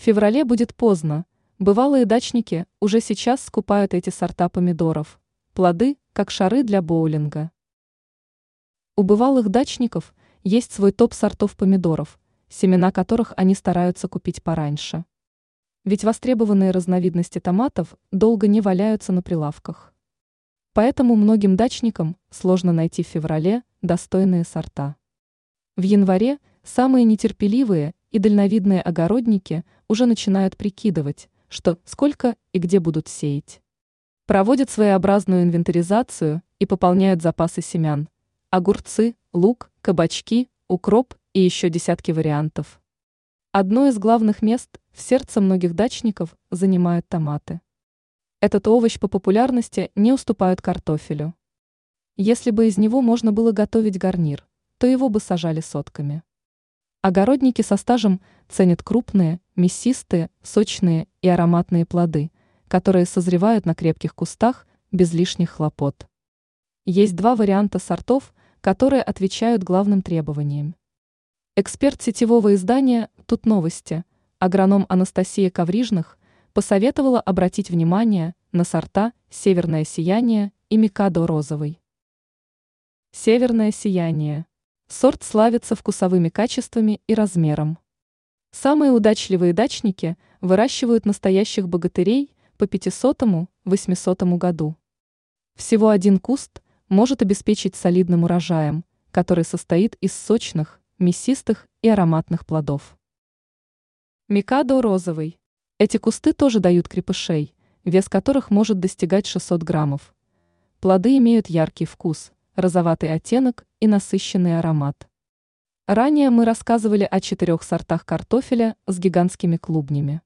феврале будет поздно. Бывалые дачники уже сейчас скупают эти сорта помидоров. Плоды, как шары для боулинга. У бывалых дачников есть свой топ сортов помидоров, семена которых они стараются купить пораньше. Ведь востребованные разновидности томатов долго не валяются на прилавках. Поэтому многим дачникам сложно найти в феврале достойные сорта. В январе самые нетерпеливые и дальновидные огородники уже начинают прикидывать, что, сколько и где будут сеять. Проводят своеобразную инвентаризацию и пополняют запасы семян. Огурцы, лук, кабачки, укроп и еще десятки вариантов. Одно из главных мест в сердце многих дачников занимают томаты. Этот овощ по популярности не уступает картофелю. Если бы из него можно было готовить гарнир, то его бы сажали сотками. Огородники со стажем ценят крупные, мясистые, сочные и ароматные плоды, которые созревают на крепких кустах без лишних хлопот. Есть два варианта сортов, которые отвечают главным требованиям. Эксперт сетевого издания «Тут новости», агроном Анастасия Коврижных, посоветовала обратить внимание на сорта «Северное сияние» и «Микадо розовый». Северное сияние. Сорт славится вкусовыми качествами и размером. Самые удачливые дачники выращивают настоящих богатырей по 500-800 году. Всего один куст может обеспечить солидным урожаем, который состоит из сочных, мясистых и ароматных плодов. Микадо розовый. Эти кусты тоже дают крепышей, вес которых может достигать 600 граммов. Плоды имеют яркий вкус, розоватый оттенок и насыщенный аромат. Ранее мы рассказывали о 4 сортах картофеля с гигантскими клубнями.